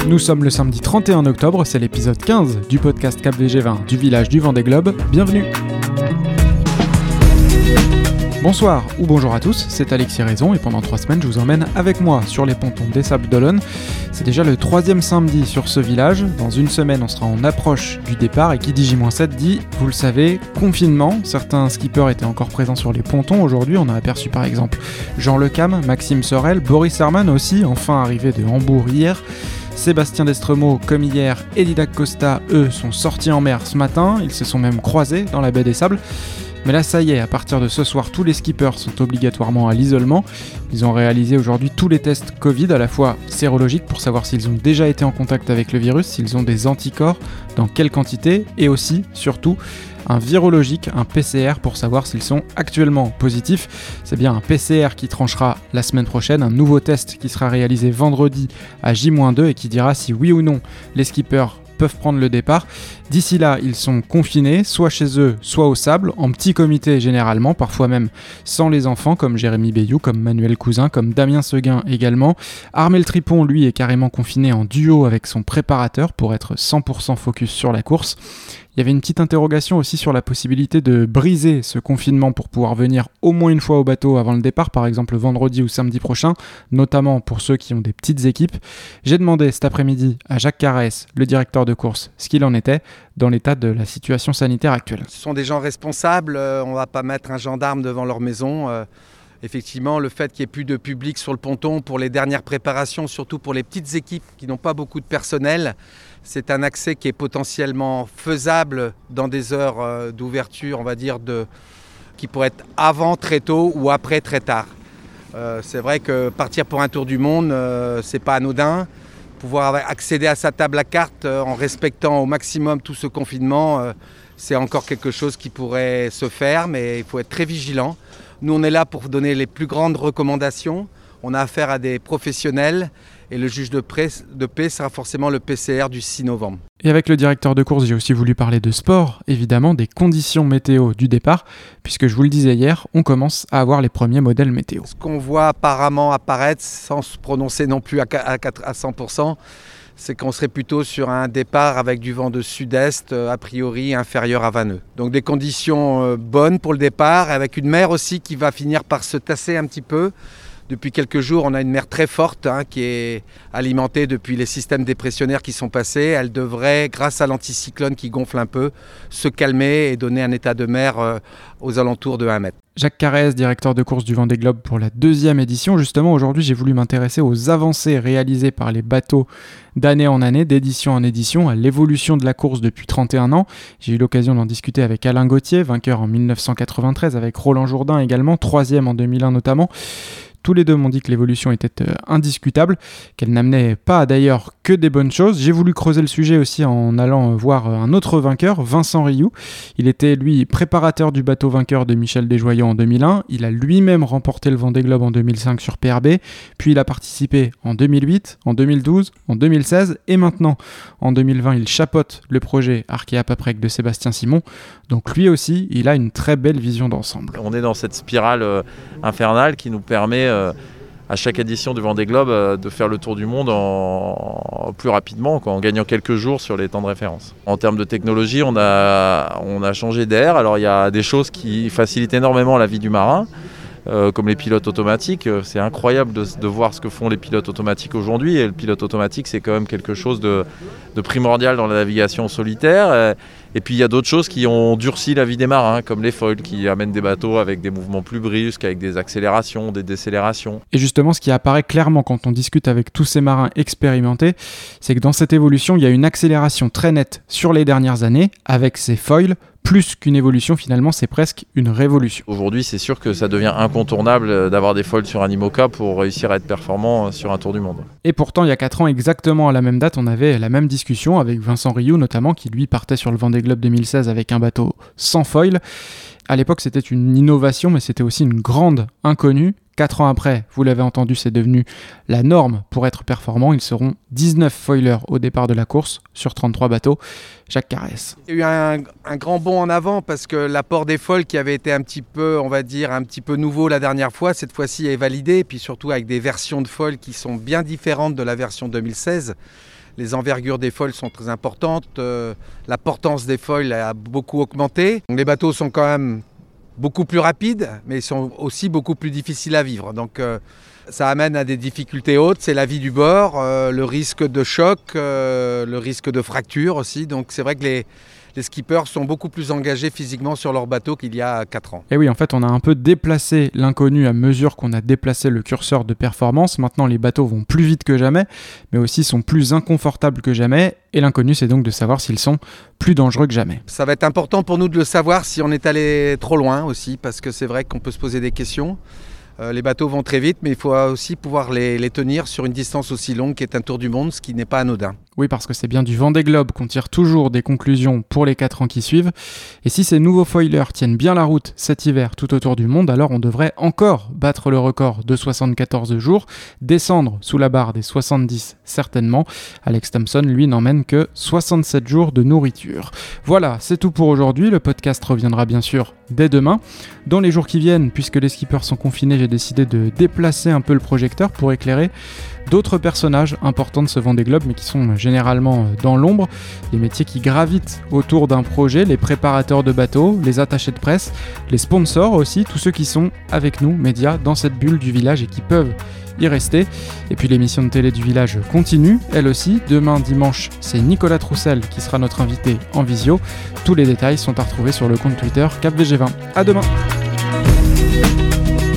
Nous sommes le samedi 31 octobre, c'est l'épisode 15 du podcast Cap VG20 du village du Vendée Globe. Bienvenue. Bonsoir ou bonjour à tous, c'est Alexis Raison et pendant 3 semaines je vous emmène avec moi sur les pontons des Sables d'Olonne. C'est déjà le 3e samedi sur ce village, dans une semaine on sera en approche du départ et qui dit J-7 dit, vous le savez, confinement. Certains skippers étaient encore présents sur les pontons aujourd'hui, on a aperçu par exemple Jean Lecam, Maxime Sorel, Boris Herman aussi, enfin arrivé de Hambourg hier. Sébastien Destremaux, comme hier, et Didac Costa, eux, sont sortis en mer ce matin, ils se sont même croisés dans la baie des Sables. Mais là, ça y est, à partir de ce soir, tous les skippers sont obligatoirement à l'isolement. Ils ont réalisé aujourd'hui tous les tests Covid, à la fois sérologiques pour savoir s'ils ont déjà été en contact avec le virus, s'ils ont des anticorps, dans quelle quantité, et aussi, surtout, un virologique, un PCR pour savoir s'ils sont actuellement positifs. C'est bien un PCR qui tranchera la semaine prochaine, un nouveau test qui sera réalisé vendredi à J-2 et qui dira si oui ou non les skippers peuvent prendre le départ. D'ici là, ils sont confinés, soit chez eux, soit au sable, en petit comité généralement, parfois même sans les enfants, comme Jérémy Bayou, comme Manuel Cousin, comme Damien Seguin également. Armel Tripon, lui, est carrément confiné en duo avec son préparateur pour être 100% focus sur la course. Il y avait une petite interrogation aussi sur la possibilité de briser ce confinement pour pouvoir venir au moins une fois au bateau avant le départ, par exemple vendredi ou samedi prochain, notamment pour ceux qui ont des petites équipes. J'ai demandé cet après-midi à Jacques Carès, le directeur de course, ce qu'il en était dans l'état de la situation sanitaire actuelle. Ce sont des gens responsables, on ne va pas mettre un gendarme devant leur maison. Effectivement, le fait qu'il n'y ait plus de public sur le ponton pour les dernières préparations, surtout pour les petites équipes qui n'ont pas beaucoup de personnel, c'est un accès qui est potentiellement faisable dans des heures d'ouverture, on va dire, qui pourraient être avant très tôt ou après très tard. C'est vrai que partir pour un tour du monde, c'est pas anodin. Pouvoir accéder à sa table à cartes en respectant au maximum tout ce confinement, c'est encore quelque chose qui pourrait se faire, mais il faut être très vigilant. Nous, on est là pour donner les plus grandes recommandations. On a affaire à des professionnels et le juge de paix sera forcément le PCR du 6 novembre. Et avec le directeur de course, j'ai aussi voulu parler de sport, évidemment des conditions météo du départ, puisque je vous le disais hier, on commence à avoir les premiers modèles météo. Ce qu'on voit apparemment apparaître, sans se prononcer non plus à 100%, c'est qu'on serait plutôt sur un départ avec du vent de sud-est, a priori inférieur à 20 nœuds. Donc des conditions bonnes pour le départ, avec une mer aussi qui va finir par se tasser un petit peu. Depuis quelques jours, on a une mer très forte qui est alimentée depuis les systèmes dépressionnaires qui sont passés. Elle devrait, grâce à l'anticyclone qui gonfle un peu, se calmer et donner un état de mer aux alentours de 1 mètre. Jacques Carès, directeur de course du Vendée Globe pour la 2e édition. Justement, aujourd'hui, j'ai voulu m'intéresser aux avancées réalisées par les bateaux d'année en année, d'édition en édition, à l'évolution de la course depuis 31 ans. J'ai eu l'occasion d'en discuter avec Alain Gauthier, vainqueur en 1993, avec Roland Jourdain également, 3e en 2001 notamment. Tous les deux m'ont dit que l'évolution était indiscutable, qu'elle n'amenait pas d'ailleurs que des bonnes choses. J'ai voulu creuser le sujet aussi en allant voir un autre vainqueur, Vincent Rioux. Il était lui préparateur du bateau vainqueur de Michel Desjoyaux en 2001. Il a lui-même remporté le Vendée Globe en 2005 sur PRB, puis il a participé en 2008, en 2012, en 2016 et maintenant en 2020 il chapeaute le projet Arkea Paprec de Sébastien Simon. Donc lui aussi, il a une très belle vision d'ensemble. On est dans cette spirale infernale qui nous permet à chaque édition du Vendée Globe de faire le tour du monde plus rapidement, en gagnant quelques jours sur les temps de référence. En termes de technologie, on a changé d'air. Alors il y a des choses qui facilitent énormément la vie du marin, comme les pilotes automatiques. C'est incroyable de voir ce que font les pilotes automatiques aujourd'hui. Et le pilote automatique, c'est quand même quelque chose de primordial dans la navigation solitaire. Et puis il y a d'autres choses qui ont durci la vie des marins, comme les foils qui amènent des bateaux avec des mouvements plus brusques, avec des accélérations, des décélérations. Et justement, ce qui apparaît clairement quand on discute avec tous ces marins expérimentés, c'est que dans cette évolution, il y a une accélération très nette sur les dernières années avec ces foils. Plus qu'une évolution, finalement, c'est presque une révolution. Aujourd'hui, c'est sûr que ça devient incontournable d'avoir des foils sur un IMOCA pour réussir à être performant sur un tour du monde. Et pourtant, il y a 4 ans, exactement à la même date, on avait la même discussion avec Vincent Rioux, notamment, qui lui partait sur le Vendée Globe 2016 avec un bateau sans foil. À l'époque, c'était une innovation, mais c'était aussi une grande inconnue. 4 ans après, vous l'avez entendu, c'est devenu la norme pour être performant. Ils seront 19 foilers au départ de la course sur 33 bateaux. Jacques Carès. Il y a eu un grand bond en avant parce que l'apport des foils qui avait été un petit peu, on va dire, un petit peu nouveau la dernière fois, cette fois-ci est validé. Et puis surtout avec des versions de foils qui sont bien différentes de la version 2016. Les envergures des foils sont très importantes, la portance des foils a beaucoup augmenté. Donc, les bateaux sont quand même beaucoup plus rapides, mais ils sont aussi beaucoup plus difficiles à vivre. Donc ça amène à des difficultés hautes, c'est la vie du bord, le risque de choc, le risque de fracture aussi. Donc c'est vrai que les skippers sont beaucoup plus engagés physiquement sur leur bateau qu'il y a 4 ans. Et oui, en fait, on a un peu déplacé l'inconnu à mesure qu'on a déplacé le curseur de performance. Maintenant, les bateaux vont plus vite que jamais, mais aussi sont plus inconfortables que jamais. Et l'inconnu, c'est donc de savoir s'ils sont plus dangereux que jamais. Ça va être important pour nous de le savoir si on est allé trop loin aussi, parce que c'est vrai qu'on peut se poser des questions. Les bateaux vont très vite, mais il faut aussi pouvoir les tenir sur une distance aussi longue qu'est un tour du monde, ce qui n'est pas anodin. Oui, parce que c'est bien du Vendée Globe qu'on tire toujours des conclusions pour les 4 ans qui suivent. Et si ces nouveaux foilers tiennent bien la route cet hiver tout autour du monde, alors on devrait encore battre le record de 74 jours, descendre sous la barre des 70 certainement. Alex Thompson, lui, n'emmène que 67 jours de nourriture. Voilà, c'est tout pour aujourd'hui. Le podcast reviendra bien sûr dès demain. Dans les jours qui viennent, puisque les skippers sont confinés, j'ai décidé de déplacer un peu le projecteur pour éclairer d'autres personnages importants de ce Vendée Globe, mais qui sont généralement dans l'ombre, les métiers qui gravitent autour d'un projet, les préparateurs de bateaux, les attachés de presse, les sponsors aussi, tous ceux qui sont avec nous, médias, dans cette bulle du village et qui peuvent y rester. Et puis l'émission de télé du village continue, elle aussi. Demain dimanche, c'est Nicolas Troussel qui sera notre invité en visio. Tous les détails sont à retrouver sur le compte Twitter CapVG20. À demain.